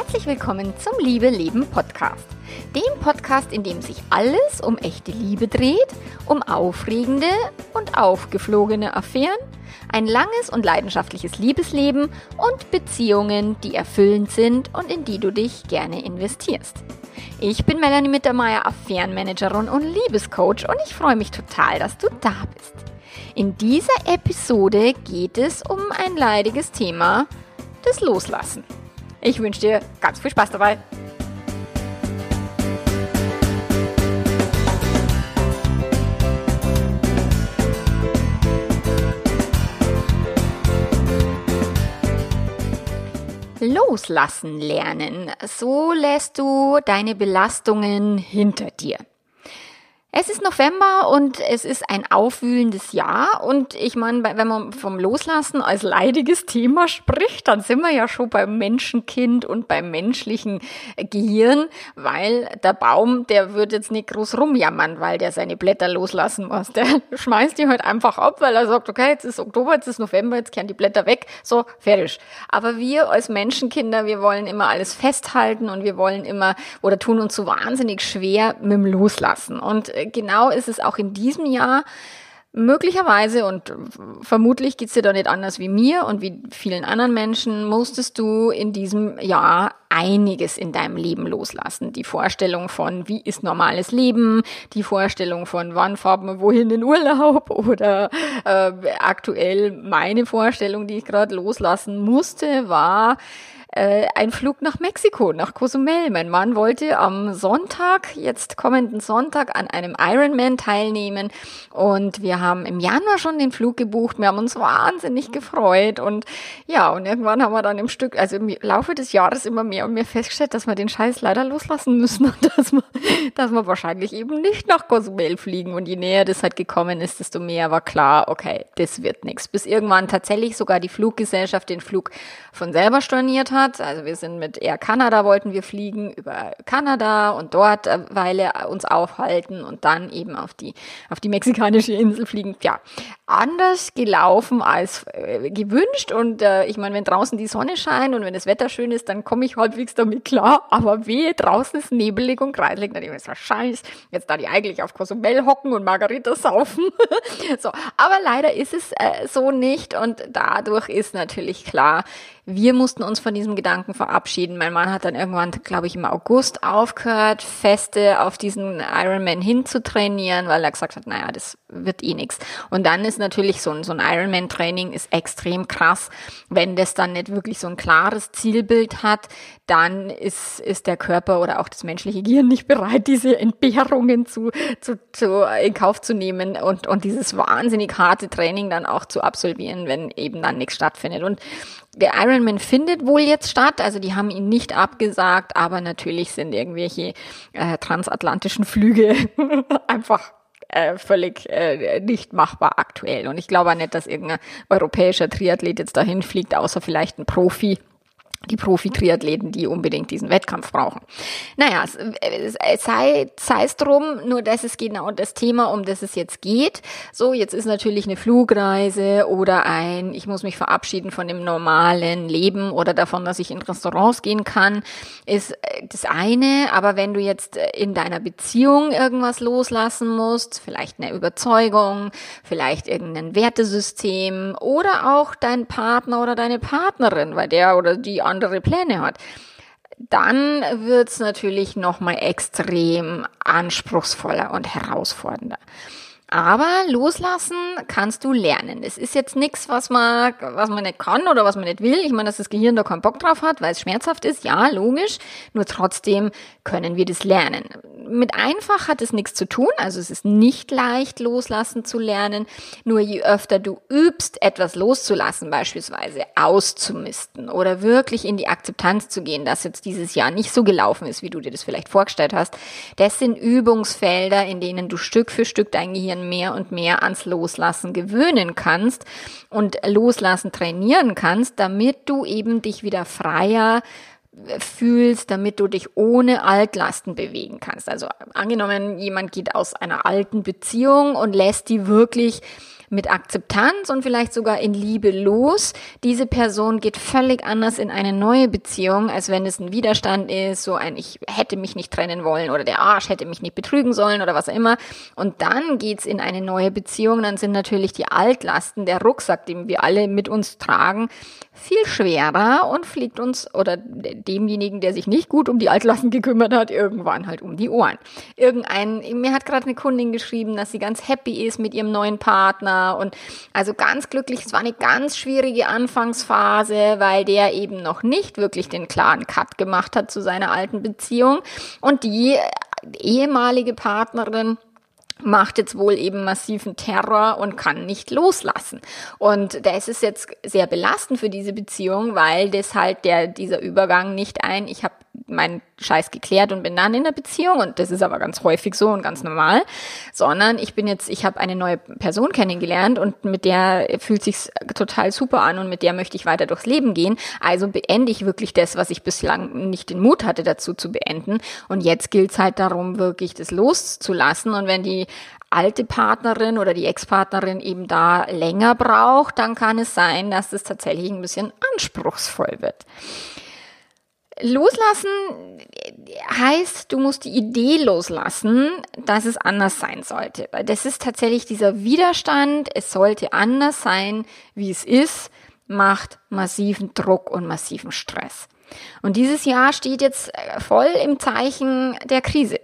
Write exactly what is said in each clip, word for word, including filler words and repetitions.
Herzlich willkommen zum Liebe Leben Podcast. Dem Podcast, in dem sich alles um echte Liebe dreht, um aufregende und aufgeflogene Affären, ein langes und leidenschaftliches Liebesleben und Beziehungen, die erfüllend sind und in die du dich gerne investierst. Ich bin Melanie Mittermeier, Affärenmanagerin und Liebescoach und ich freue mich total, dass du da bist. In dieser Episode geht es um ein leidiges Thema, das Loslassen. Ich wünsche dir ganz viel Spaß dabei. Loslassen lernen. So lässt du deine Belastungen hinter dir. Es ist November und es ist ein aufwühlendes Jahr und ich meine, wenn man vom Loslassen als leidiges Thema spricht, dann sind wir ja schon beim Menschenkind und beim menschlichen Gehirn, weil der Baum, der wird jetzt nicht groß rumjammern, weil der seine Blätter loslassen muss. Der schmeißt die halt einfach ab, weil er sagt, okay, jetzt ist Oktober, jetzt ist November, jetzt kehren die Blätter weg, so, fertig. Aber wir als Menschenkinder, wir wollen immer alles festhalten und wir wollen immer oder tun uns so wahnsinnig schwer mit dem Loslassen. Und genau ist es auch in diesem Jahr möglicherweise und vermutlich geht's dir da nicht anders wie mir und wie vielen anderen Menschen, musstest du in diesem Jahr einiges in deinem Leben loslassen. Die Vorstellung von, wie ist normales Leben, die Vorstellung von, wann fahren wir wohin in Urlaub oder äh, aktuell meine Vorstellung, die ich gerade loslassen musste, war, ein Flug nach Mexiko, nach Cozumel. Mein Mann wollte am Sonntag, jetzt kommenden Sonntag, an einem Ironman teilnehmen und wir haben im Januar schon den Flug gebucht. Wir haben uns wahnsinnig gefreut und ja, und irgendwann haben wir dann im Stück, also im Laufe des Jahres immer mehr und mehr festgestellt, dass wir den Scheiß leider loslassen müssen und dass wir, dass wir wahrscheinlich eben nicht nach Cozumel fliegen und je näher das halt gekommen ist, desto mehr war klar, okay, das wird nichts. Bis irgendwann tatsächlich sogar die Fluggesellschaft den Flug von selber storniert hat. Also wir sind mit Air Canada, wollten wir fliegen über Kanada und dort eine Weile uns aufhalten und dann eben auf die auf die mexikanische Insel fliegen. Ja, anders gelaufen als äh, gewünscht und äh, ich meine, wenn draußen die Sonne scheint und wenn das Wetter schön ist, dann komme ich halbwegs damit klar, aber wehe, draußen ist nebelig und kreislig, dann ist das Scheiß, jetzt da die eigentlich auf Cozumel hocken und Margarita saufen. So, aber leider ist es äh, so nicht und dadurch ist natürlich klar, wir mussten uns von diesem Gedanken verabschieden. Mein Mann hat dann irgendwann, glaube ich, im August aufgehört, feste auf diesen Ironman hinzutrainieren, weil er gesagt hat, naja, das wird eh nix. Und dann ist natürlich so ein, so ein Ironman-Training ist extrem krass. Wenn das dann nicht wirklich so ein klares Zielbild hat, dann ist, ist der Körper oder auch das menschliche Gehirn nicht bereit, diese Entbehrungen zu, zu, zu in Kauf zu nehmen und, und dieses wahnsinnig harte Training dann auch zu absolvieren, wenn eben dann nichts stattfindet. Und der Ironman findet wohl jetzt statt, also die haben ihn nicht abgesagt, aber natürlich sind irgendwelche äh, transatlantischen Flüge einfach äh, völlig äh, nicht machbar aktuell. Und ich glaube auch nicht, dass irgendein europäischer Triathlet jetzt dahin fliegt, außer vielleicht ein Profi. Die Profi-Triathleten, die unbedingt diesen Wettkampf brauchen. Naja, sei, sei es drum, nur das ist genau das Thema, um das es jetzt geht. So, jetzt ist natürlich eine Flugreise oder ein, ich muss mich verabschieden von dem normalen Leben oder davon, dass ich in Restaurants gehen kann, ist das eine. Aber wenn du jetzt in deiner Beziehung irgendwas loslassen musst, vielleicht eine Überzeugung, vielleicht irgendein Wertesystem oder auch dein Partner oder deine Partnerin, weil der oder die andere Pläne hat, dann wird's natürlich nochmal extrem anspruchsvoller und herausfordernder. Aber loslassen kannst du lernen. Es ist jetzt nichts, was man, was man nicht kann oder was man nicht will. Ich meine, dass das Gehirn da keinen Bock drauf hat, weil es schmerzhaft ist. Ja, logisch. Nur trotzdem können wir das lernen. Mit einfach hat es nichts zu tun. Also es ist nicht leicht, loslassen zu lernen. Nur je öfter du übst, etwas loszulassen, beispielsweise auszumisten oder wirklich in die Akzeptanz zu gehen, dass jetzt dieses Jahr nicht so gelaufen ist, wie du dir das vielleicht vorgestellt hast. Das sind Übungsfelder, in denen du Stück für Stück dein Gehirn mehr und mehr ans Loslassen gewöhnen kannst und Loslassen trainieren kannst, damit du eben dich wieder freier fühlst, damit du dich ohne Altlasten bewegen kannst. Also angenommen, jemand geht aus einer alten Beziehung und lässt die wirklich mit Akzeptanz und vielleicht sogar in Liebe los. Diese Person geht völlig anders in eine neue Beziehung, als wenn es ein Widerstand ist, so ein ich hätte mich nicht trennen wollen oder der Arsch hätte mich nicht betrügen sollen oder was auch immer. Und dann geht's in eine neue Beziehung, dann sind natürlich die Altlasten, der Rucksack, den wir alle mit uns tragen, viel schwerer und fliegt uns oder demjenigen, der sich nicht gut um die Altlasten gekümmert hat, irgendwann halt um die Ohren. Irgendein, mir hat gerade eine Kundin geschrieben, dass sie ganz happy ist mit ihrem neuen Partner und also ganz glücklich. Es war eine ganz schwierige Anfangsphase, weil der eben noch nicht wirklich den klaren Cut gemacht hat zu seiner alten Beziehung und die ehemalige Partnerin macht jetzt wohl eben massiven Terror und kann nicht loslassen. Und das ist jetzt sehr belastend für diese Beziehung, weil das halt der, dieser Übergang nicht ein, ich habe meinen Scheiß geklärt und bin dann in der Beziehung und das ist aber ganz häufig so und ganz normal, sondern ich bin jetzt, ich habe eine neue Person kennengelernt und mit der fühlt sich's total super an und mit der möchte ich weiter durchs Leben gehen. Also beende ich wirklich das, was ich bislang nicht den Mut hatte dazu zu beenden und jetzt gilt's halt darum, wirklich das loszulassen und wenn die alte Partnerin oder die Ex-Partnerin eben da länger braucht, dann kann es sein, dass das tatsächlich ein bisschen anspruchsvoll wird. Loslassen heißt, du musst die Idee loslassen, dass es anders sein sollte. Weil das ist tatsächlich dieser Widerstand, es sollte anders sein, wie es ist, macht massiven Druck und massiven Stress. Und dieses Jahr steht jetzt voll im Zeichen der Krise.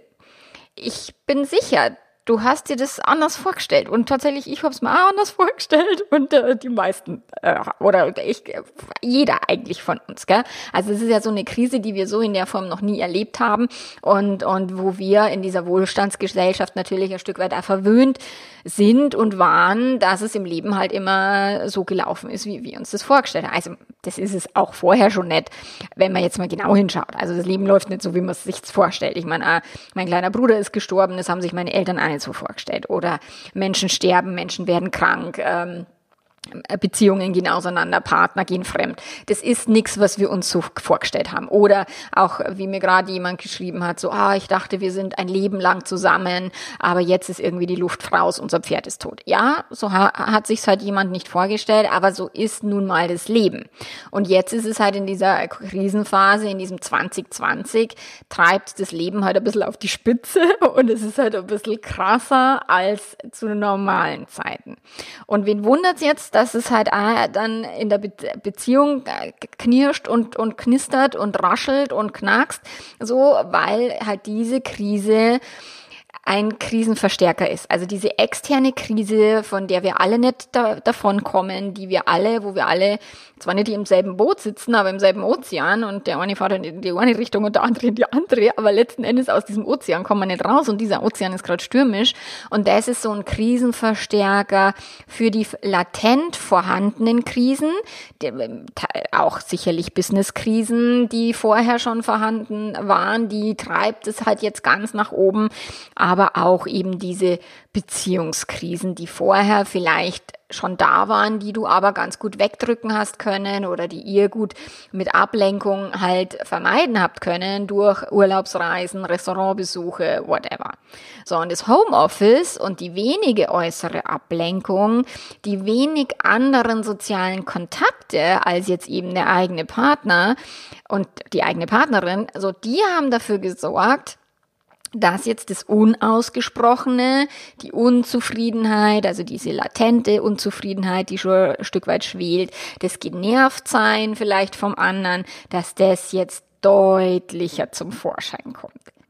Ich bin sicher, du hast dir das anders vorgestellt und tatsächlich, ich habe es mir auch anders vorgestellt und äh, die meisten äh, oder ich, jeder eigentlich von uns, gell? Also es ist ja so eine Krise, die wir so in der Form noch nie erlebt haben und und wo wir in dieser Wohlstandsgesellschaft natürlich ein Stück weit auch verwöhnt sind und waren, dass es im Leben halt immer so gelaufen ist, wie wir uns das vorgestellt haben. Also das ist es auch vorher schon nicht, wenn man jetzt mal genau hinschaut. Also das Leben läuft nicht so, wie man es sich vorstellt. Ich meine, mein kleiner Bruder ist gestorben, das haben sich meine Eltern auch nicht so vorgestellt. Oder Menschen sterben, Menschen werden krank, ähm, Beziehungen gehen auseinander, Partner gehen fremd. Das ist nichts, was wir uns so vorgestellt haben. Oder auch, wie mir gerade jemand geschrieben hat, so, ah, ich dachte, wir sind ein Leben lang zusammen, aber jetzt ist irgendwie die Luft raus, unser Pferd ist tot. Ja, so ha- hat sich's halt jemand nicht vorgestellt, aber so ist nun mal das Leben. Und jetzt ist es halt in dieser Krisenphase, in diesem zwanzig zwanzig, treibt das Leben halt ein bisschen auf die Spitze und es ist halt ein bisschen krasser als zu normalen Zeiten. Und wen wundert's jetzt, dass es halt auch dann in der Be- Beziehung knirscht und, und knistert und raschelt und knackst, so, weil halt diese Krise ein Krisenverstärker ist. Also diese externe Krise, von der wir alle nicht da, davon kommen, die wir alle, wo wir alle zwar nicht im selben Boot sitzen, aber im selben Ozean und der eine fährt in die eine Richtung und der andere in die andere, aber letzten Endes aus diesem Ozean kommen wir nicht raus und dieser Ozean ist gerade stürmisch und das ist so ein Krisenverstärker für die latent vorhandenen Krisen, die, auch sicherlich Businesskrisen, die vorher schon vorhanden waren, die treibt es halt jetzt ganz nach oben, aber auch eben diese Beziehungskrisen, die vorher vielleicht schon da waren, die du aber ganz gut wegdrücken hast können oder die ihr gut mit Ablenkung halt vermeiden habt können durch Urlaubsreisen, Restaurantbesuche, whatever. So, und das Homeoffice und die wenige äußere Ablenkung, die wenig anderen sozialen Kontakte als jetzt eben der eigene Partner und die eigene Partnerin, so die haben dafür gesorgt, dass jetzt das Unausgesprochene, die Unzufriedenheit, also diese latente Unzufriedenheit, die schon ein Stück weit schwelt, das Genervtsein vielleicht vom anderen, dass das jetzt deutlicher zum Vorschein kommt.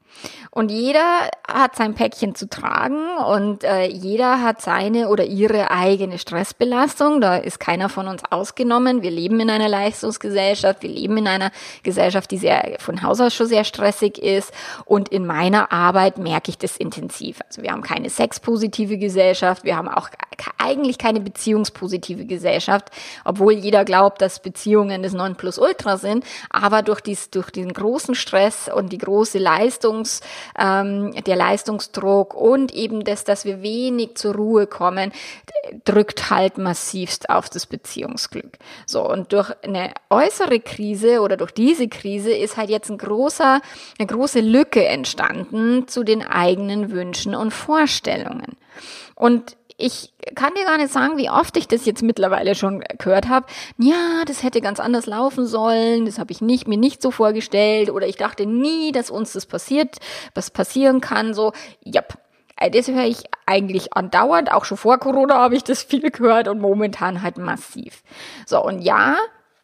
Und jeder hat sein Päckchen zu tragen und äh, jeder hat seine oder ihre eigene Stressbelastung. Da ist keiner von uns ausgenommen. Wir leben in einer Leistungsgesellschaft. Wir leben in einer Gesellschaft, die sehr von Haus aus schon sehr stressig ist. Und in meiner Arbeit merke ich das intensiv. Also wir haben keine sexpositive Gesellschaft. Wir haben auch eigentlich keine beziehungspositive Gesellschaft, obwohl jeder glaubt, dass Beziehungen das Nonplusultra sind. Aber durch, dies, durch den großen Stress und die große Leistung, ähm, der Leistungsdruck und eben das, dass wir wenig zur Ruhe kommen, drückt halt massivst auf das Beziehungsglück. So, und durch eine äußere Krise oder durch diese Krise ist halt jetzt ein großer, eine große Lücke entstanden zu den eigenen Wünschen und Vorstellungen. Und ich kann dir gar nicht sagen, wie oft ich das jetzt mittlerweile schon gehört habe. Ja, das hätte ganz anders laufen sollen, das habe ich nicht mir nicht so vorgestellt oder ich dachte nie, dass uns das passiert, was passieren kann. So, ja, das höre ich eigentlich andauernd. Auch schon vor Corona habe ich das viel gehört und momentan halt massiv. So, und ja,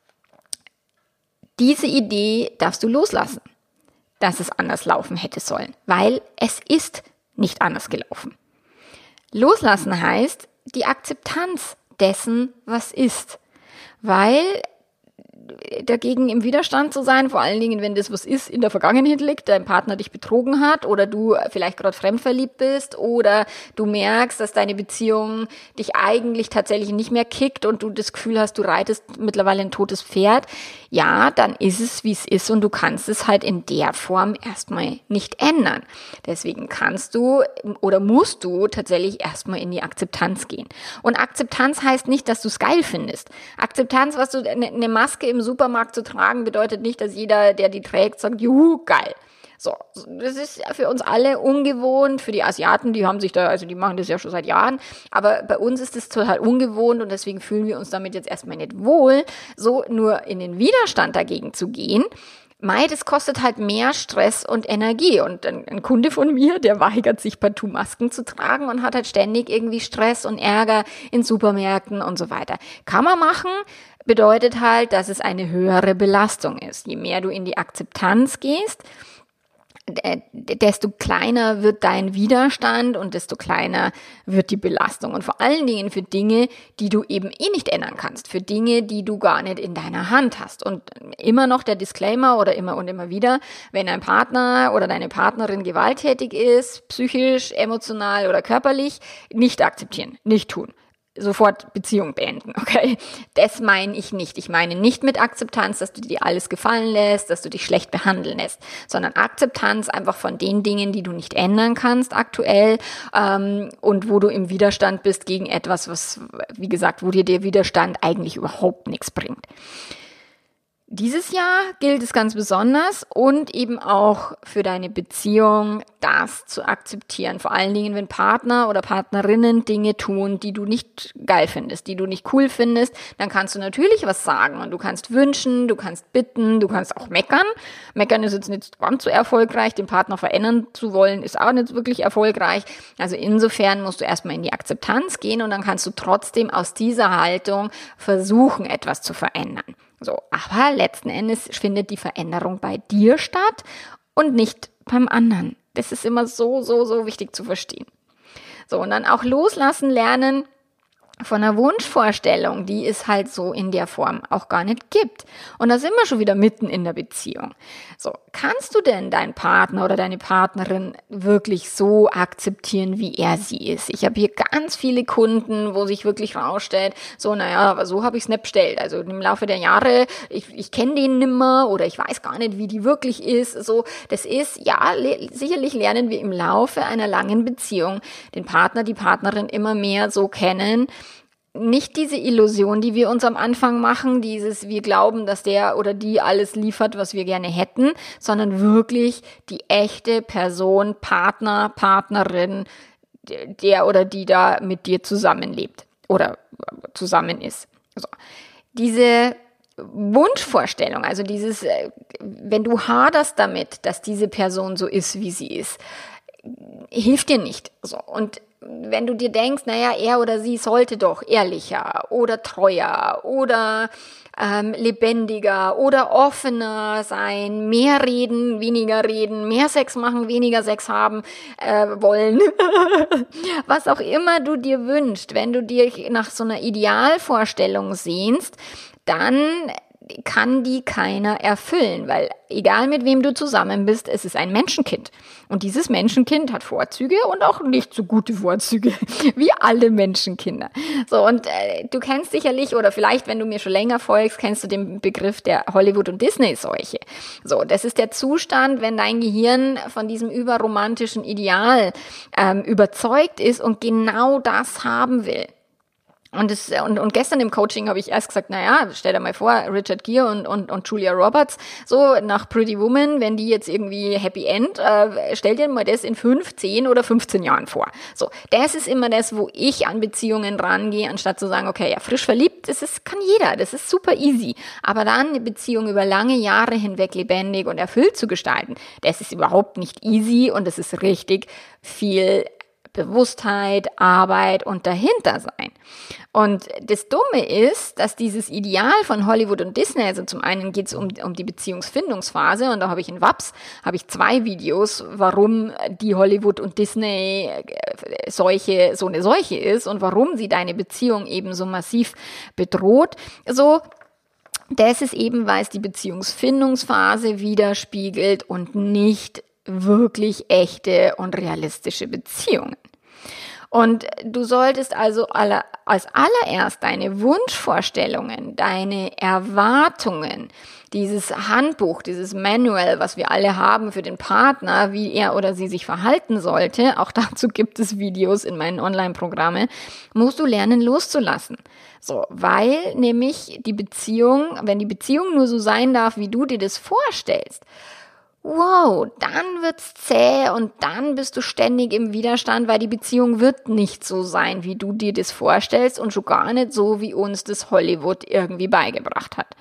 diese Idee darfst du loslassen, dass es anders laufen hätte sollen, weil es ist nicht anders gelaufen. Loslassen heißt die Akzeptanz dessen, was ist, weil dagegen im Widerstand zu sein, vor allen Dingen, wenn das was ist, in der Vergangenheit liegt, dein Partner dich betrogen hat oder du vielleicht gerade fremdverliebt bist oder du merkst, dass deine Beziehung dich eigentlich tatsächlich nicht mehr kickt und du das Gefühl hast, du reitest mittlerweile ein totes Pferd, ja, dann ist es, wie es ist und du kannst es halt in der Form erstmal nicht ändern. Deswegen kannst du oder musst du tatsächlich erstmal in die Akzeptanz gehen. Und Akzeptanz heißt nicht, dass du es geil findest. Akzeptanz, was du, eine Maske im Supermarkt zu tragen, bedeutet nicht, dass jeder, der die trägt, sagt, juhu, geil. So, das ist für uns alle ungewohnt. Für die Asiaten, die haben sich da, also die machen das ja schon seit Jahren. Aber bei uns ist das total ungewohnt und deswegen fühlen wir uns damit jetzt erstmal nicht wohl. So, nur in den Widerstand dagegen zu gehen, Mei, das kostet halt mehr Stress und Energie. Und ein, ein Kunde von mir, der weigert sich partout Masken zu tragen und hat halt ständig irgendwie Stress und Ärger in Supermärkten und so weiter. Kann man machen, bedeutet halt, dass es eine höhere Belastung ist. Je mehr du in die Akzeptanz gehst, desto kleiner wird dein Widerstand und desto kleiner wird die Belastung. Und vor allen Dingen für Dinge, die du eben eh nicht ändern kannst, für Dinge, die du gar nicht in deiner Hand hast. Und immer noch der Disclaimer oder immer und immer wieder, wenn dein Partner oder deine Partnerin gewalttätig ist, psychisch, emotional oder körperlich, nicht akzeptieren, nicht tun. Sofort Beziehung beenden, okay? Das meine ich nicht. Ich meine nicht mit Akzeptanz, dass du dir alles gefallen lässt, dass du dich schlecht behandeln lässt, sondern Akzeptanz einfach von den Dingen, die du nicht ändern kannst aktuell ähm, und wo du im Widerstand bist gegen etwas, was, wie gesagt, wo dir der Widerstand eigentlich überhaupt nichts bringt. Dieses Jahr gilt es ganz besonders und eben auch für deine Beziehung, das zu akzeptieren. Vor allen Dingen, wenn Partner oder Partnerinnen Dinge tun, die du nicht geil findest, die du nicht cool findest, dann kannst du natürlich was sagen und du kannst wünschen, du kannst bitten, du kannst auch meckern. Meckern ist jetzt nicht ganz so erfolgreich, den Partner verändern zu wollen, ist auch nicht wirklich erfolgreich. Also insofern musst du erstmal in die Akzeptanz gehen und dann kannst du trotzdem aus dieser Haltung versuchen, etwas zu verändern. So, aber letzten Endes findet die Veränderung bei dir statt und nicht beim anderen. Das ist immer so, so, so wichtig zu verstehen. So, und dann auch loslassen lernen von einer Wunschvorstellung, die es halt so in der Form auch gar nicht gibt. Und da sind wir schon wieder mitten in der Beziehung. So, kannst du denn deinen Partner oder deine Partnerin wirklich so akzeptieren, wie er sie ist? Ich habe hier ganz viele Kunden, wo sich wirklich rausstellt, so, naja, aber so habe ich es nicht bestellt. Also im Laufe der Jahre, ich, ich kenne den nimmer oder ich weiß gar nicht, wie die wirklich ist. So, das ist, ja, le- sicherlich lernen wir im Laufe einer langen Beziehung den Partner, die Partnerin immer mehr so kennen. Nicht diese Illusion, die wir uns am Anfang machen, dieses, wir glauben, dass der oder die alles liefert, was wir gerne hätten, sondern wirklich die echte Person, Partner, Partnerin, der oder die da mit dir zusammenlebt oder zusammen ist. Also, diese Wunschvorstellung, also dieses, wenn du haderst damit, dass diese Person so ist, wie sie ist, hilft dir nicht. So, und wenn du dir denkst, naja, er oder sie sollte doch ehrlicher oder treuer oder ähm, lebendiger oder offener sein, mehr reden, weniger reden, mehr Sex machen, weniger Sex haben äh, wollen, was auch immer du dir wünschst, wenn du dir nach so einer Idealvorstellung sehnst, dann kann die keiner erfüllen, weil egal mit wem du zusammen bist, es ist ein Menschenkind. Und dieses Menschenkind hat Vorzüge und auch nicht so gute Vorzüge, wie alle Menschenkinder. So, und äh, du kennst sicherlich, oder vielleicht, wenn du mir schon länger folgst, kennst du den Begriff der Hollywood- und Disney-Seuche. So, das ist der Zustand, wenn dein Gehirn von diesem überromantischen Ideal ähm, überzeugt ist und genau das haben will. Und, das, und, und gestern im Coaching habe ich erst gesagt, naja, stell dir mal vor, Richard Gere und, und, und Julia Roberts, so nach Pretty Woman, wenn die jetzt irgendwie Happy End, äh, stell dir mal das in fünf, zehn oder fünfzehn Jahren vor. So, das ist immer das, wo ich an Beziehungen rangehe, anstatt zu sagen, okay, ja, frisch verliebt, das ist, kann jeder, das ist super easy. Aber dann eine Beziehung über lange Jahre hinweg lebendig und erfüllt zu gestalten, das ist überhaupt nicht easy und das ist richtig viel Bewusstheit, Arbeit und dahinter sein. Und das Dumme ist, dass dieses Ideal von Hollywood und Disney, also zum einen geht es um, um die Beziehungsfindungsphase und da habe ich in Waps, habe ich zwei Videos, warum die Hollywood und Disney Seuche so eine Seuche ist und warum sie deine Beziehung eben so massiv bedroht. So, das ist eben, weil es die Beziehungsfindungsphase widerspiegelt und nicht wirklich echte und realistische Beziehungen. Und du solltest also alle, als allererst deine Wunschvorstellungen, deine Erwartungen, dieses Handbuch, dieses Manual, was wir alle haben für den Partner, wie er oder sie sich verhalten sollte, auch dazu gibt es Videos in meinen Online-Programmen, musst du lernen loszulassen. So, weil nämlich die Beziehung, wenn die Beziehung nur so sein darf, wie du dir das vorstellst, wow, dann wird's zäh und dann bist du ständig im Widerstand, weil die Beziehung wird nicht so sein, wie du dir das vorstellst und schon gar nicht so, wie uns das Hollywood irgendwie beigebracht hat.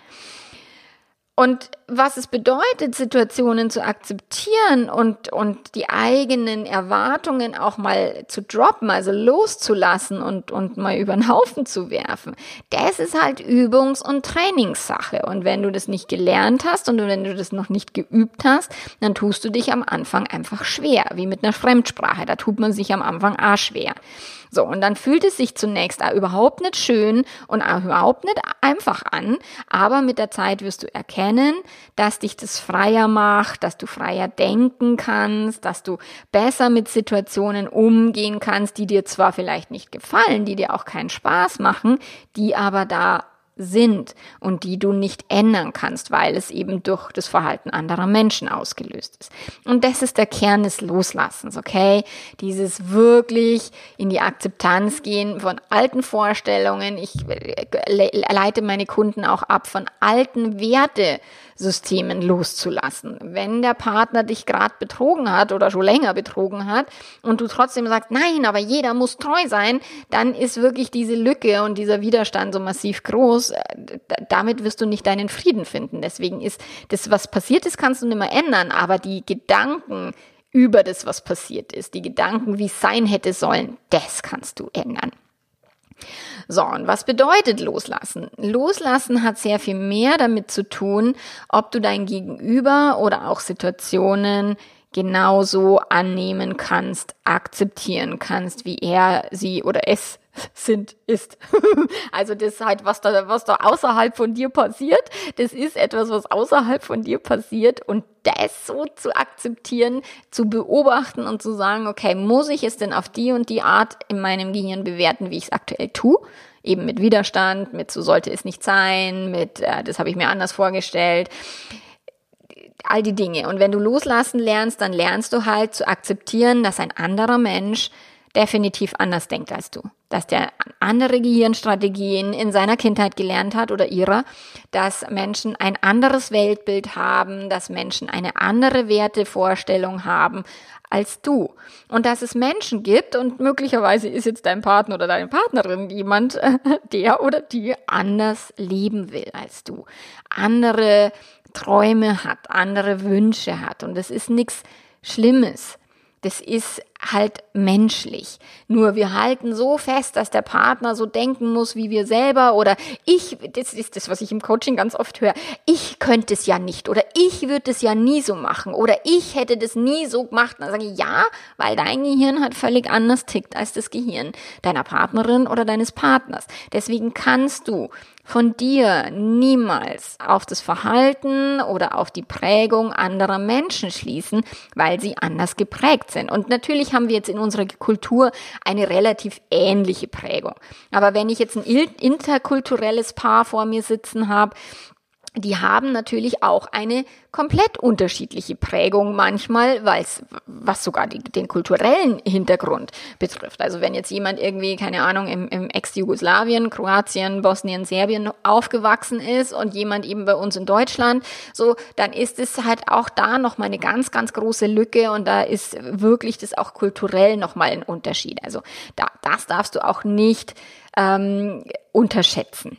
Und was es bedeutet, Situationen zu akzeptieren und, und die eigenen Erwartungen auch mal zu droppen, also loszulassen und, und mal über den Haufen zu werfen, das ist halt Übungs- und Trainingssache. Und wenn du das nicht gelernt hast und wenn du das noch nicht geübt hast, dann tust du dich am Anfang einfach schwer, wie mit einer Fremdsprache. Da tut man sich am Anfang auch schwer. So, und dann fühlt es sich zunächst auch überhaupt nicht schön und auch überhaupt nicht einfach an, aber mit der Zeit wirst du erkennen, dass dich das freier macht, dass du freier denken kannst, dass du besser mit Situationen umgehen kannst, die dir zwar vielleicht nicht gefallen, die dir auch keinen Spaß machen, die aber da sind und die du nicht ändern kannst, weil es eben durch das Verhalten anderer Menschen ausgelöst ist. Und das ist der Kern des Loslassens, okay? Dieses wirklich in die Akzeptanz gehen von alten Vorstellungen. Ich leite meine Kunden auch ab, von alten Wertesystemen loszulassen. Wenn der Partner dich gerade betrogen hat oder schon länger betrogen hat und du trotzdem sagst, nein, aber jeder muss treu sein, dann ist wirklich diese Lücke und dieser Widerstand so massiv groß. Damit wirst du nicht deinen Frieden finden. Deswegen ist das, was passiert ist, kannst du nicht mehr ändern, aber die Gedanken über das, was passiert ist, die Gedanken, wie es sein hätte sollen, das kannst du ändern. So, und was bedeutet Loslassen? Loslassen hat sehr viel mehr damit zu tun, ob du dein Gegenüber oder auch Situationen genauso annehmen kannst, akzeptieren kannst, wie er, sie oder es sind, ist. Also das halt, was da, was da außerhalb von dir passiert, das ist etwas, was außerhalb von dir passiert und das so zu akzeptieren, zu beobachten und zu sagen, okay, muss ich es denn auf die und die Art in meinem Gehirn bewerten, wie ich es aktuell tue? Eben mit Widerstand, mit so sollte es nicht sein, mit äh, das habe ich mir anders vorgestellt. All die Dinge. Und wenn du loslassen lernst, dann lernst du halt zu akzeptieren, dass ein anderer Mensch definitiv anders denkt als du. Dass der andere Gehirnstrategien in seiner Kindheit gelernt hat oder ihrer, dass Menschen ein anderes Weltbild haben, dass Menschen eine andere Wertevorstellung haben als du. Und dass es Menschen gibt, und möglicherweise ist jetzt dein Partner oder deine Partnerin jemand, der oder die anders leben will als du. Andere Träume hat, andere Wünsche hat. Und das ist nichts Schlimmes. Das ist halt menschlich. Nur wir halten so fest, dass der Partner so denken muss wie wir selber oder ich, das ist das, was ich im Coaching ganz oft höre, ich könnte es ja nicht oder ich würde es ja nie so machen oder ich hätte das nie so gemacht. Und dann sage ich, ja, weil dein Gehirn halt völlig anders tickt als das Gehirn deiner Partnerin oder deines Partners. Deswegen kannst du von dir niemals auf das Verhalten oder auf die Prägung anderer Menschen schließen, weil sie anders geprägt sind. Und natürlich haben wir jetzt in unserer Kultur eine relativ ähnliche Prägung. Aber wenn ich jetzt ein interkulturelles Paar vor mir sitzen habe, die haben natürlich auch eine komplett unterschiedliche Prägung manchmal, weil's, was sogar die, den kulturellen Hintergrund betrifft. Also wenn jetzt jemand irgendwie, keine Ahnung, im, im Ex-Jugoslawien, Kroatien, Bosnien, Serbien aufgewachsen ist und jemand eben bei uns in Deutschland, so, dann ist es halt auch da nochmal eine ganz, ganz große Lücke und da ist wirklich das auch kulturell nochmal ein Unterschied. Also da, das darfst du auch nicht ähm, unterschätzen.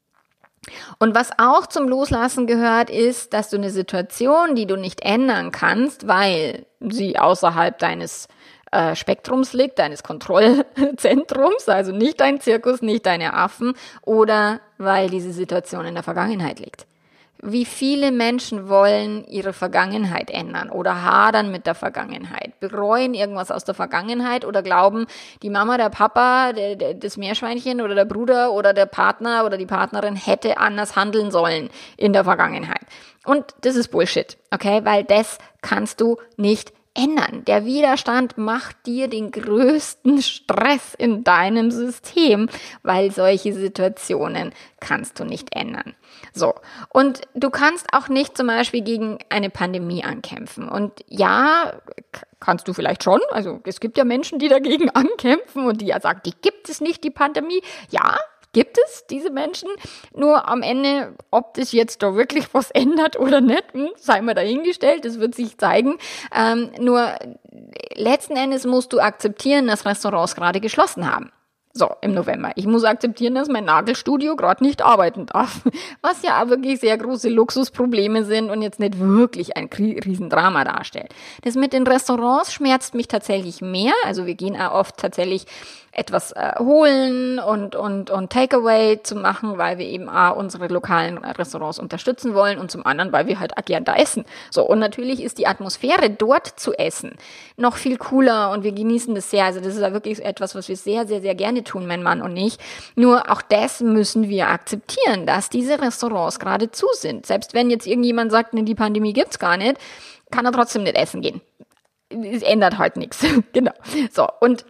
Und was auch zum Loslassen gehört, ist, dass du eine Situation, die du nicht ändern kannst, weil sie außerhalb deines äh, Spektrums liegt, deines Kontrollzentrums, also nicht dein Zirkus, nicht deine Affen, oder weil diese Situation in der Vergangenheit liegt. Wie viele Menschen wollen ihre Vergangenheit ändern oder hadern mit der Vergangenheit, bereuen irgendwas aus der Vergangenheit oder glauben, die Mama, der Papa, der, der, das Meerschweinchen oder der Bruder oder der Partner oder die Partnerin hätte anders handeln sollen in der Vergangenheit. Und das ist Bullshit, okay? Weil das kannst du nicht ändern. Der Widerstand macht dir den größten Stress in deinem System, weil solche Situationen kannst du nicht ändern. So, und du kannst auch nicht zum Beispiel gegen eine Pandemie ankämpfen. Und ja, kannst du vielleicht schon. Also es gibt ja Menschen, die dagegen ankämpfen und die ja sagen, die gibt es nicht, die Pandemie. Ja, gibt es diese Menschen, nur am Ende, ob das jetzt da wirklich was ändert oder nicht, sei mal dahingestellt, das wird sich zeigen. Ähm, nur letzten Endes musst du akzeptieren, dass Restaurants gerade geschlossen haben. So, im November. Ich muss akzeptieren, dass mein Nagelstudio gerade nicht arbeiten darf. Was ja auch wirklich sehr große Luxusprobleme sind und jetzt nicht wirklich ein Riesendrama darstellt. Das mit den Restaurants schmerzt mich tatsächlich mehr. Also wir gehen auch oft tatsächlich etwas äh, holen und und und Takeaway zu machen, weil wir eben A, unsere lokalen Restaurants unterstützen wollen und zum anderen, weil wir halt auch gern da essen. So, und natürlich ist die Atmosphäre dort zu essen noch viel cooler und wir genießen das sehr. Also das ist ja wirklich etwas, was wir sehr, sehr, sehr gerne tun, mein Mann und ich. Nur auch das müssen wir akzeptieren, dass diese Restaurants gerade zu sind. Selbst wenn jetzt irgendjemand sagt, ne, die Pandemie gibt's gar nicht, kann er trotzdem nicht essen gehen. Es ändert halt nichts. Genau. So, und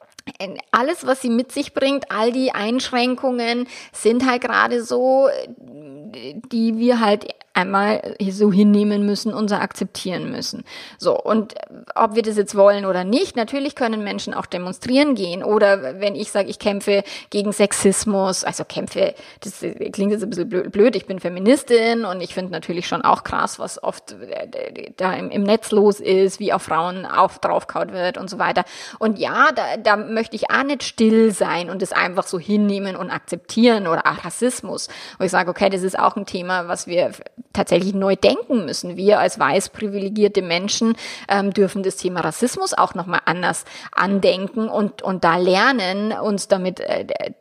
alles, was sie mit sich bringt, all die Einschränkungen sind halt gerade so, die wir halt einmal so hinnehmen müssen und so akzeptieren müssen. So, und ob wir das jetzt wollen oder nicht, natürlich können Menschen auch demonstrieren gehen oder wenn ich sage, ich kämpfe gegen Sexismus, also kämpfe, das klingt jetzt ein bisschen blöd, ich bin Feministin und ich finde natürlich schon auch krass, was oft da im, im Netz los ist, wie auf Frauen auf draufgehauen wird und so weiter. Und ja, da, da möchte ich auch nicht still sein und das einfach so hinnehmen und akzeptieren oder auch Rassismus, wo ich sage, okay, das ist auch ein Thema, was wir tatsächlich neu denken müssen. Wir als weiß privilegierte Menschen ähm, dürfen das Thema Rassismus auch nochmal anders andenken und und da lernen, uns damit äh,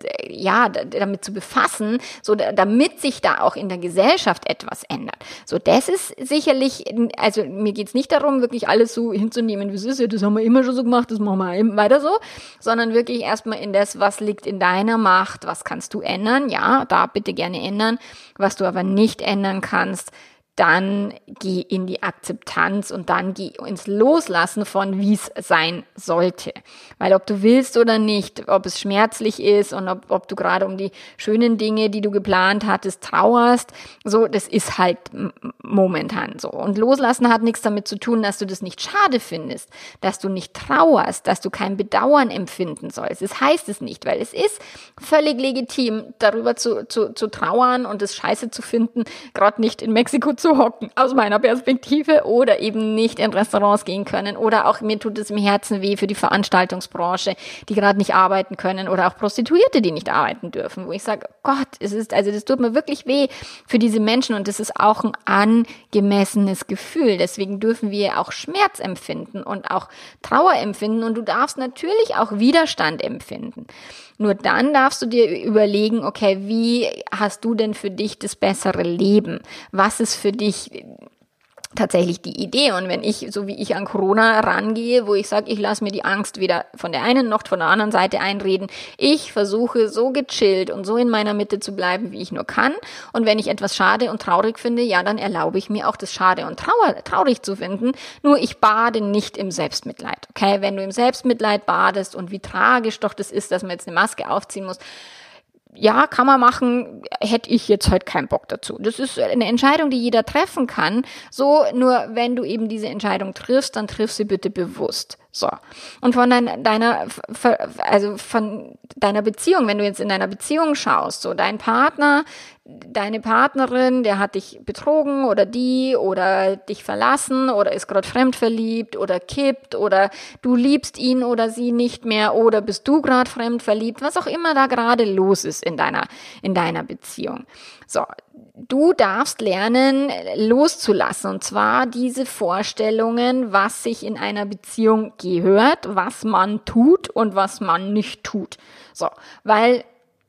ja damit zu befassen, so damit sich da auch in der Gesellschaft etwas ändert. So, das ist sicherlich, also mir geht's nicht darum, wirklich alles so hinzunehmen, wie es ist. Ja, das haben wir immer schon so gemacht, das machen wir eben weiter so, sondern wirklich erstmal in das, was liegt in deiner Macht, was kannst du ändern? Ja, da bitte gerne ändern. Was du aber nicht ändern kannst, dann geh in die Akzeptanz und dann geh ins Loslassen von, wie es sein sollte. Weil ob du willst oder nicht, ob es schmerzlich ist und ob, ob du gerade um die schönen Dinge, die du geplant hattest, trauerst, so, das ist halt m- momentan so. Und Loslassen hat nichts damit zu tun, dass du das nicht schade findest, dass du nicht trauerst, dass du kein Bedauern empfinden sollst. Das heißt es nicht, weil es ist völlig legitim, darüber zu, zu, zu trauern und es scheiße zu finden, gerade nicht in Mexiko zu zu hocken, aus meiner Perspektive, oder eben nicht in Restaurants gehen können oder auch mir tut es im Herzen weh für die Veranstaltungsbranche, die gerade nicht arbeiten können oder auch Prostituierte, die nicht arbeiten dürfen, wo ich sage, Gott, es ist, also das tut mir wirklich weh für diese Menschen und das ist auch ein angemessenes Gefühl. Deswegen dürfen wir auch Schmerz empfinden und auch Trauer empfinden und du darfst natürlich auch Widerstand empfinden. Nur dann darfst du dir überlegen, okay, wie hast du denn für dich das bessere Leben? Was ist für dich tatsächlich die Idee? Und wenn ich, so wie ich an Corona rangehe, wo ich sage, ich lasse mir die Angst weder von der einen noch von der anderen Seite einreden, ich versuche so gechillt und so in meiner Mitte zu bleiben, wie ich nur kann. Und wenn ich etwas schade und traurig finde, ja, dann erlaube ich mir auch das schade und trauer, traurig zu finden. Nur ich bade nicht im Selbstmitleid. Okay, wenn du im Selbstmitleid badest und wie tragisch doch das ist, dass man jetzt eine Maske aufziehen muss, ja, kann man machen, hätte ich jetzt halt keinen Bock dazu. Das ist eine Entscheidung, die jeder treffen kann. So, nur wenn du eben diese Entscheidung triffst, dann triff sie bitte bewusst. So. Und von dein, deiner, also von deiner Beziehung, wenn du jetzt in deiner Beziehung schaust, so dein Partner, deine Partnerin, der hat dich betrogen oder die oder dich verlassen oder ist gerade fremdverliebt oder kippt oder du liebst ihn oder sie nicht mehr oder bist du gerade fremdverliebt, was auch immer da gerade los ist in deiner, in deiner Beziehung. So, du darfst lernen, loszulassen, und zwar diese Vorstellungen, was sich in einer Beziehung gehört, was man tut und was man nicht tut. So, weil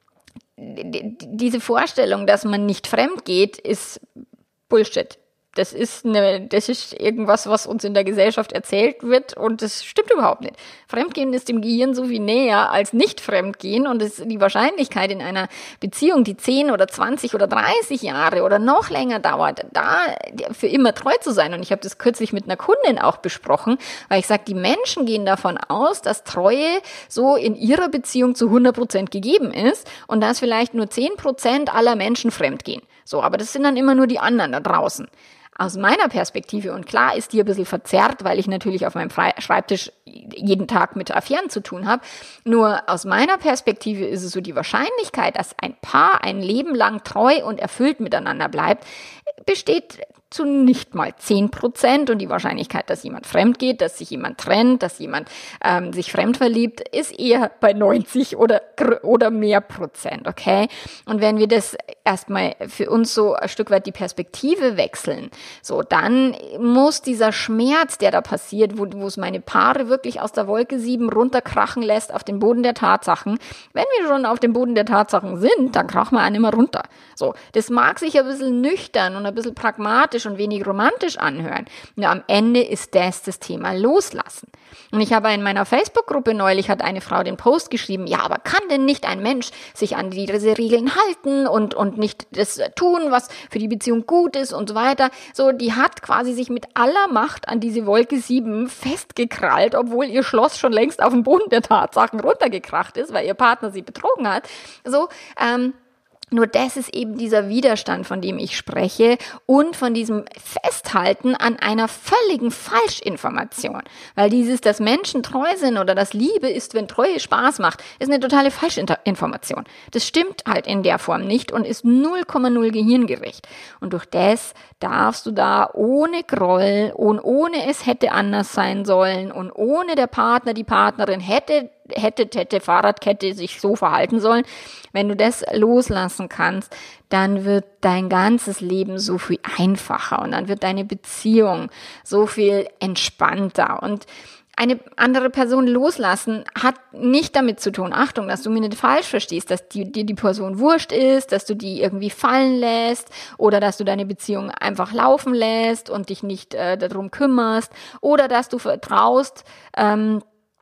diese Vorstellung, dass man nicht fremd geht, ist Bullshit. Das ist eine, das ist irgendwas, was uns in der Gesellschaft erzählt wird, und das stimmt überhaupt nicht. Fremdgehen ist dem Gehirn so viel näher als nicht Fremdgehen, und es, die Wahrscheinlichkeit in einer Beziehung, die zehn oder zwanzig oder dreißig Jahre oder noch länger dauert, da für immer treu zu sein. Und ich habe das kürzlich mit einer Kundin auch besprochen, weil ich sage, die Menschen gehen davon aus, dass Treue so in ihrer Beziehung zu hundert Prozent gegeben ist und dass vielleicht nur zehn Prozent aller Menschen fremdgehen. So, aber das sind dann immer nur die anderen da draußen. Aus meiner Perspektive, und klar ist die ein bisschen verzerrt, weil ich natürlich auf meinem Schreibtisch jeden Tag mit Affären zu tun habe, nur aus meiner Perspektive ist es so, die Wahrscheinlichkeit, dass ein Paar ein Leben lang treu und erfüllt miteinander bleibt, besteht zu nicht mal zehn Prozent, und die Wahrscheinlichkeit, dass jemand fremd geht, dass sich jemand trennt, dass jemand ähm, sich fremd verliebt, ist eher bei neunzig oder oder mehr Prozent, okay? Und wenn wir das erstmal für uns so ein Stück weit die Perspektive wechseln, so, dann muss dieser Schmerz, der da passiert, wo, wo es meine Paare wirklich aus der Wolke sieben runterkrachen lässt auf den Boden der Tatsachen, wenn wir schon auf dem Boden der Tatsachen sind, dann krachen wir einen immer runter. So, das mag sich ein bisschen nüchtern und ein bisschen pragmatisch und wenig romantisch anhören. Nur am Ende ist das das Thema Loslassen. Und ich habe in meiner Facebook-Gruppe neulich, hat eine Frau den Post geschrieben, ja, aber kann denn nicht ein Mensch sich an diese Regeln halten und, und nicht das tun, was für die Beziehung gut ist und so weiter. So, die hat quasi sich mit aller Macht an diese Wolke sieben festgekrallt, obwohl ihr Schloss schon längst auf den Boden der Tatsachen runtergekracht ist, weil ihr Partner sie betrogen hat. So, ähm, Nur das ist eben dieser Widerstand, von dem ich spreche, und von diesem Festhalten an einer völligen Falschinformation. Weil dieses, dass Menschen treu sind oder dass Liebe ist, wenn Treue Spaß macht, ist eine totale Falschinformation. Das stimmt halt in der Form nicht und ist null Komma null gehirngerecht. Und durch das darfst du da ohne Groll und ohne es hätte anders sein sollen und ohne der Partner, die Partnerin hätte hätte, hätte, Fahrradkette sich so verhalten sollen. Wenn du das loslassen kannst, dann wird dein ganzes Leben so viel einfacher und dann wird deine Beziehung so viel entspannter. Und eine andere Person loslassen hat nicht damit zu tun, Achtung, dass du mich nicht falsch verstehst, dass dir die, die Person wurscht ist, dass du die irgendwie fallen lässt oder dass du deine Beziehung einfach laufen lässt und dich nicht äh, darum kümmerst oder dass du vertraust, ähm,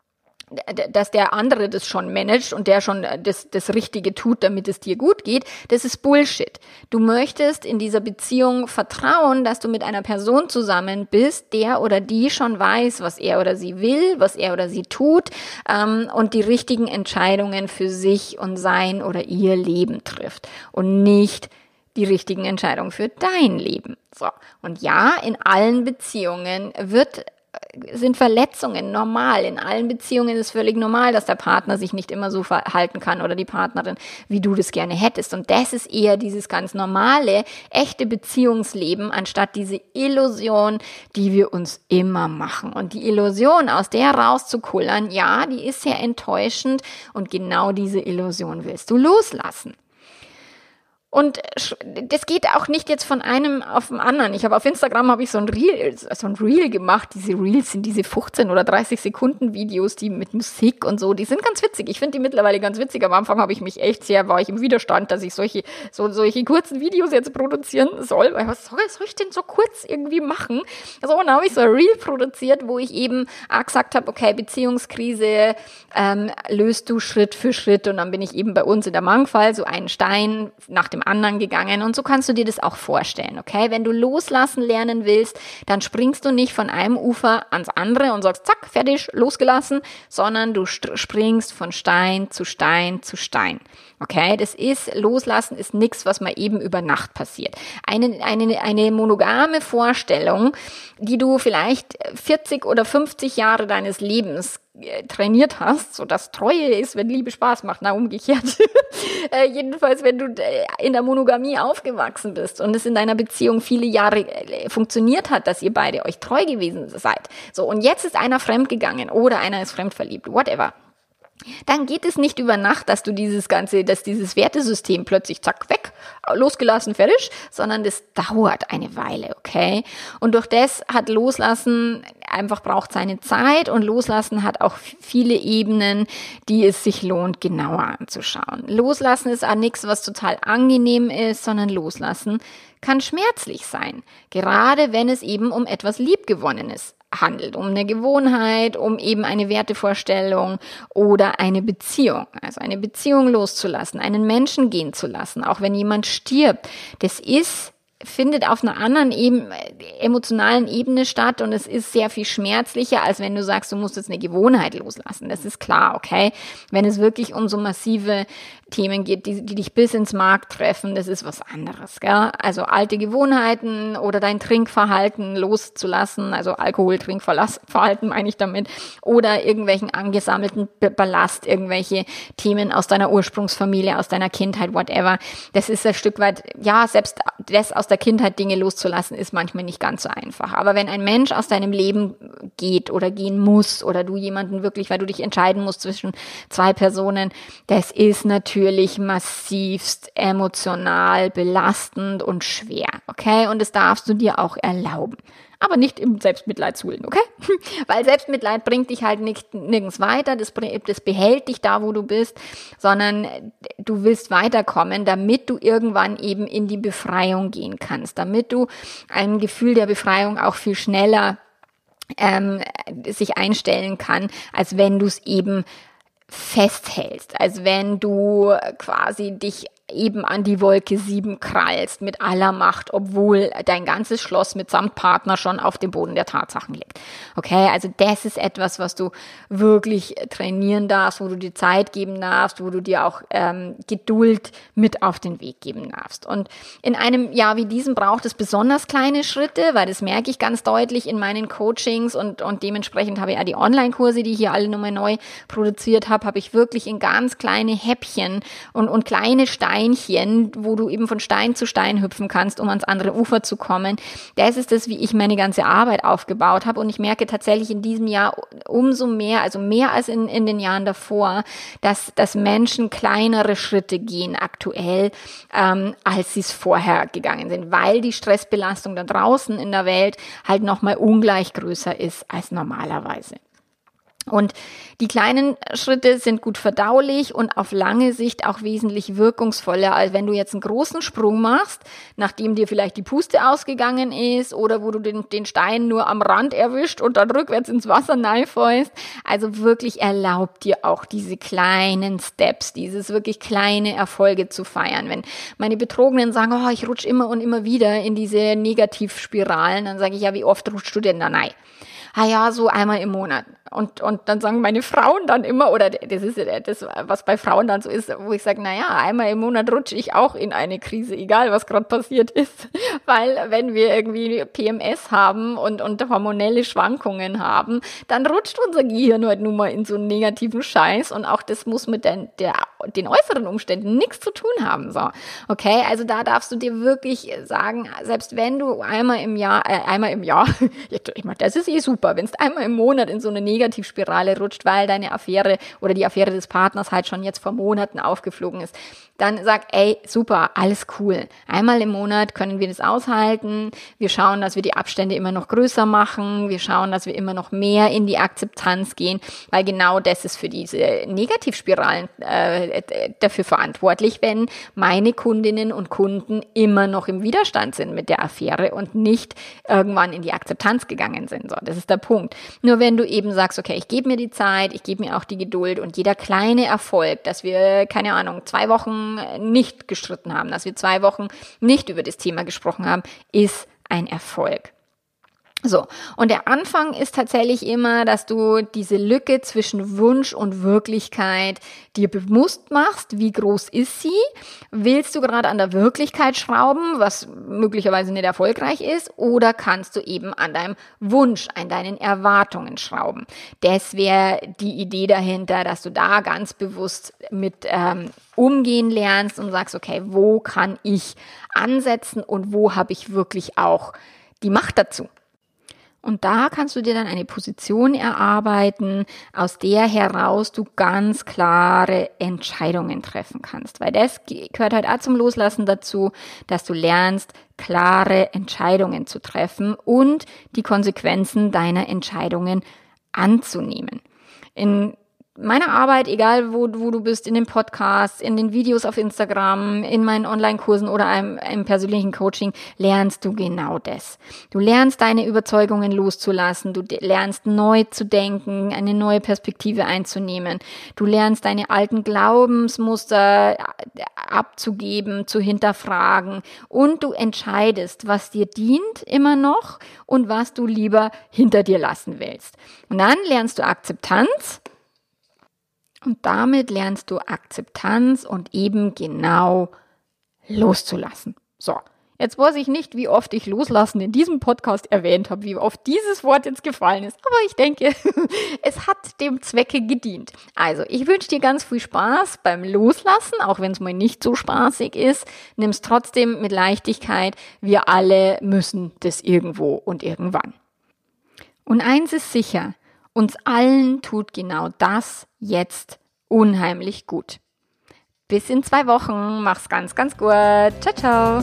dass der andere das schon managt und der schon das, das Richtige tut, damit es dir gut geht, das ist Bullshit. Du möchtest in dieser Beziehung vertrauen, dass du mit einer Person zusammen bist, der oder die schon weiß, was er oder sie will, was er oder sie tut, ähm, und die richtigen Entscheidungen für sich und sein oder ihr Leben trifft und nicht die richtigen Entscheidungen für dein Leben. So. Und ja, in allen Beziehungen wird sind Verletzungen normal. In allen Beziehungen ist völlig normal, dass der Partner sich nicht immer so verhalten kann oder die Partnerin, wie du das gerne hättest. Und das ist eher dieses ganz normale, echte Beziehungsleben, anstatt diese Illusion, die wir uns immer machen. Und die Illusion, aus der rauszukullern, ja, die ist sehr enttäuschend und genau diese Illusion willst du loslassen. Und das geht auch nicht jetzt von einem auf den anderen. Ich habe auf Instagram habe ich so ein Reel, so ein Reel gemacht. Diese Reels sind diese fünfzehn oder dreißig Sekunden Videos, die mit Musik und so, die sind ganz witzig. Ich finde die mittlerweile ganz witzig. Am Anfang habe ich mich echt sehr, war ich im Widerstand, dass ich solche, so, solche kurzen Videos jetzt produzieren soll. Weil was soll, soll ich denn so kurz irgendwie machen? So, und dann habe ich so ein Reel produziert, wo ich eben auch gesagt habe, okay, Beziehungskrise ähm, löst du Schritt für Schritt. Und dann bin ich eben bei uns in der Mangfall so einen Stein nach dem anderen gegangen und so kannst du dir das auch vorstellen, okay? Wenn du loslassen lernen willst, dann springst du nicht von einem Ufer ans andere und sagst, zack, fertig, losgelassen, sondern du springst von Stein zu Stein zu Stein. Okay, das ist, loslassen ist nichts, was mal eben über Nacht passiert. Eine, eine, eine monogame Vorstellung, die du vielleicht vierzig oder fünfzig Jahre deines Lebens trainiert hast, so dass Treue ist, wenn Liebe Spaß macht, na umgekehrt. äh, jedenfalls, wenn du in der Monogamie aufgewachsen bist und es in deiner Beziehung viele Jahre funktioniert hat, dass ihr beide euch treu gewesen seid. So, und jetzt ist einer fremdgegangen oder einer ist fremdverliebt, whatever. Dann geht es nicht über Nacht, dass du dieses ganze, dass dieses Wertesystem plötzlich zack weg, losgelassen, fertig, sondern das dauert eine Weile, okay? Und durch das hat Loslassen einfach braucht seine Zeit und Loslassen hat auch viele Ebenen, die es sich lohnt, genauer anzuschauen. Loslassen ist auch nichts, was total angenehm ist, sondern Loslassen kann schmerzlich sein, gerade wenn es eben um etwas Liebgewonnenes handelt, um eine Gewohnheit, um eben eine Wertevorstellung oder eine Beziehung. Also eine Beziehung loszulassen, einen Menschen gehen zu lassen, auch wenn jemand stirbt. Das ist findet auf einer anderen Eben, emotionalen Ebene statt und es ist sehr viel schmerzlicher, als wenn du sagst, du musst jetzt eine Gewohnheit loslassen. Das ist klar, okay? Wenn es wirklich um so massive Themen geht, die, die dich bis ins Mark treffen, das ist was anderes, gell? Also alte Gewohnheiten oder dein Trinkverhalten loszulassen, also Alkohol-Trinkverhalten meine ich damit, oder irgendwelchen angesammelten Ballast, irgendwelche Themen aus deiner Ursprungsfamilie, aus deiner Kindheit, whatever. Das ist ein Stück weit, ja, selbst das aus der Kindheit Dinge loszulassen, ist manchmal nicht ganz so einfach. Aber wenn ein Mensch aus deinem Leben geht oder gehen muss oder du jemanden wirklich, weil du dich entscheiden musst zwischen zwei Personen, das ist natürlich massivst emotional belastend und schwer, okay? Und das darfst du dir auch erlauben. Aber nicht im Selbstmitleid suhlen, okay? Weil Selbstmitleid bringt dich halt nicht, nirgends weiter, das, das behält dich da, wo du bist, sondern du willst weiterkommen, damit du irgendwann eben in die Befreiung gehen kannst, damit du ein Gefühl der Befreiung auch viel schneller ähm, sich einstellen kann, als wenn du es eben festhältst, als wenn du quasi dich eben an die Wolke sieben krallst mit aller Macht, obwohl dein ganzes Schloss mitsamt Partner schon auf dem Boden der Tatsachen liegt. Okay, also das ist etwas, was du wirklich trainieren darfst, wo du dir Zeit geben darfst, wo du dir auch ähm, Geduld mit auf den Weg geben darfst. Und in einem Jahr wie diesem braucht es besonders kleine Schritte, weil das merke ich ganz deutlich in meinen Coachings und, und dementsprechend habe ich ja die Online-Kurse, die ich hier alle nochmal neu produziert habe, habe ich wirklich in ganz kleine Häppchen und, und kleine Steine Steinchen, wo du eben von Stein zu Stein hüpfen kannst, um ans andere Ufer zu kommen. Das ist das, wie ich meine ganze Arbeit aufgebaut habe und ich merke tatsächlich in diesem Jahr umso mehr, also mehr als in, in den Jahren davor, dass, dass Menschen kleinere Schritte gehen aktuell, ähm, als sie es vorher gegangen sind, weil die Stressbelastung da draußen in der Welt halt nochmal ungleich größer ist als normalerweise. Und die kleinen Schritte sind gut verdaulich und auf lange Sicht auch wesentlich wirkungsvoller, als wenn du jetzt einen großen Sprung machst, nachdem dir vielleicht die Puste ausgegangen ist oder wo du den, den Stein nur am Rand erwischt und dann rückwärts ins Wasser reinfällst. Also wirklich erlaubt dir auch diese kleinen Steps, dieses wirklich kleine Erfolge zu feiern. Wenn meine Betrogenen sagen, oh, ich rutsche immer und immer wieder in diese Negativspiralen, dann sage ich, ja, wie oft rutschst du denn da rein? Ah ja, so einmal im Monat. Und, und dann sagen meine Frauen dann immer, oder das ist das, was bei Frauen dann so ist, wo ich sage, naja, einmal im Monat rutsche ich auch in eine Krise, egal was gerade passiert ist. Weil wenn wir irgendwie P M S haben und, und hormonelle Schwankungen haben, dann rutscht unser Gehirn halt nun mal in so einen negativen Scheiß und auch das muss mit den, der, den äußeren Umständen nichts zu tun haben. So, okay, also da darfst du dir wirklich sagen, selbst wenn du einmal im Jahr, äh, einmal im Jahr, ich meine, das ist eh super, wenn es einmal im Monat in so eine Negativspirale rutscht, weil deine Affäre oder die Affäre des Partners halt schon jetzt vor Monaten aufgeflogen ist, dann sag, ey, super, alles cool. Einmal im Monat können wir das aushalten. Wir schauen, dass wir die Abstände immer noch größer machen. Wir schauen, dass wir immer noch mehr in die Akzeptanz gehen, weil genau das ist für diese Negativspiralen äh, äh, dafür verantwortlich, wenn meine Kundinnen und Kunden immer noch im Widerstand sind mit der Affäre und nicht irgendwann in die Akzeptanz gegangen sind. So, das ist der Punkt. Nur wenn du eben sagst, okay, ich gebe mir die Zeit, ich gebe mir auch die Geduld und jeder kleine Erfolg, dass wir, keine Ahnung, zwei Wochen nicht gestritten haben, dass wir zwei Wochen nicht über das Thema gesprochen haben, ist ein Erfolg. So, und der Anfang ist tatsächlich immer, dass du diese Lücke zwischen Wunsch und Wirklichkeit dir bewusst machst. Wie groß ist sie? Willst du gerade an der Wirklichkeit schrauben, was möglicherweise nicht erfolgreich ist, oder kannst du eben an deinem Wunsch, an deinen Erwartungen schrauben? Das wäre die Idee dahinter, dass du da ganz bewusst mit ähm, umgehen lernst und sagst, okay, wo kann ich ansetzen und wo habe ich wirklich auch die Macht dazu? Und da kannst du dir dann eine Position erarbeiten, aus der heraus du ganz klare Entscheidungen treffen kannst. Weil das gehört halt auch zum Loslassen dazu, dass du lernst, klare Entscheidungen zu treffen und die Konsequenzen deiner Entscheidungen anzunehmen. In meiner Arbeit, egal wo, wo du bist, in den Podcasts, in den Videos auf Instagram, in meinen Online-Kursen oder einem, einem persönlichen Coaching, lernst du genau das. Du lernst deine Überzeugungen loszulassen, du lernst neu zu denken, eine neue Perspektive einzunehmen, du lernst deine alten Glaubensmuster abzugeben, zu hinterfragen und du entscheidest, was dir dient immer noch und was du lieber hinter dir lassen willst. Und dann lernst du Akzeptanz. Und damit lernst du Akzeptanz und eben genau loszulassen. So, jetzt weiß ich nicht, wie oft ich Loslassen in diesem Podcast erwähnt habe, wie oft dieses Wort jetzt gefallen ist. Aber ich denke, es hat dem Zwecke gedient. Also, ich wünsche dir ganz viel Spaß beim Loslassen, auch wenn es mal nicht so spaßig ist. Nimm es trotzdem mit Leichtigkeit. Wir alle müssen das irgendwo und irgendwann. Und eins ist sicher, uns allen tut genau das jetzt unheimlich gut. Bis in zwei Wochen. Mach's ganz, ganz gut. Ciao, ciao.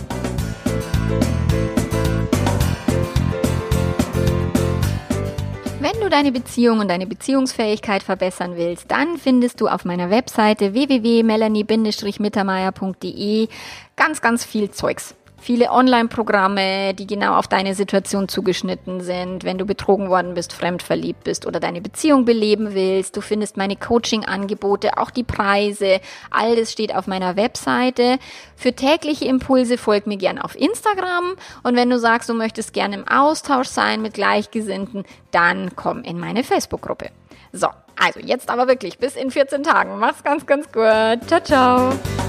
Wenn du deine Beziehung und deine Beziehungsfähigkeit verbessern willst, dann findest du auf meiner Webseite w w w punkt melanie mittermeier punkt d e ganz, ganz viel Zeugs. Viele Online-Programme, die genau auf deine Situation zugeschnitten sind, wenn du betrogen worden bist, fremdverliebt bist oder deine Beziehung beleben willst. Du findest meine Coaching-Angebote, auch die Preise. All das steht auf meiner Webseite. Für tägliche Impulse folg mir gern auf Instagram. Und wenn du sagst, du möchtest gerne im Austausch sein mit Gleichgesinnten, dann komm in meine Facebook-Gruppe. So, also jetzt aber wirklich bis in vierzehn Tagen. Mach's ganz, ganz gut. Ciao, ciao.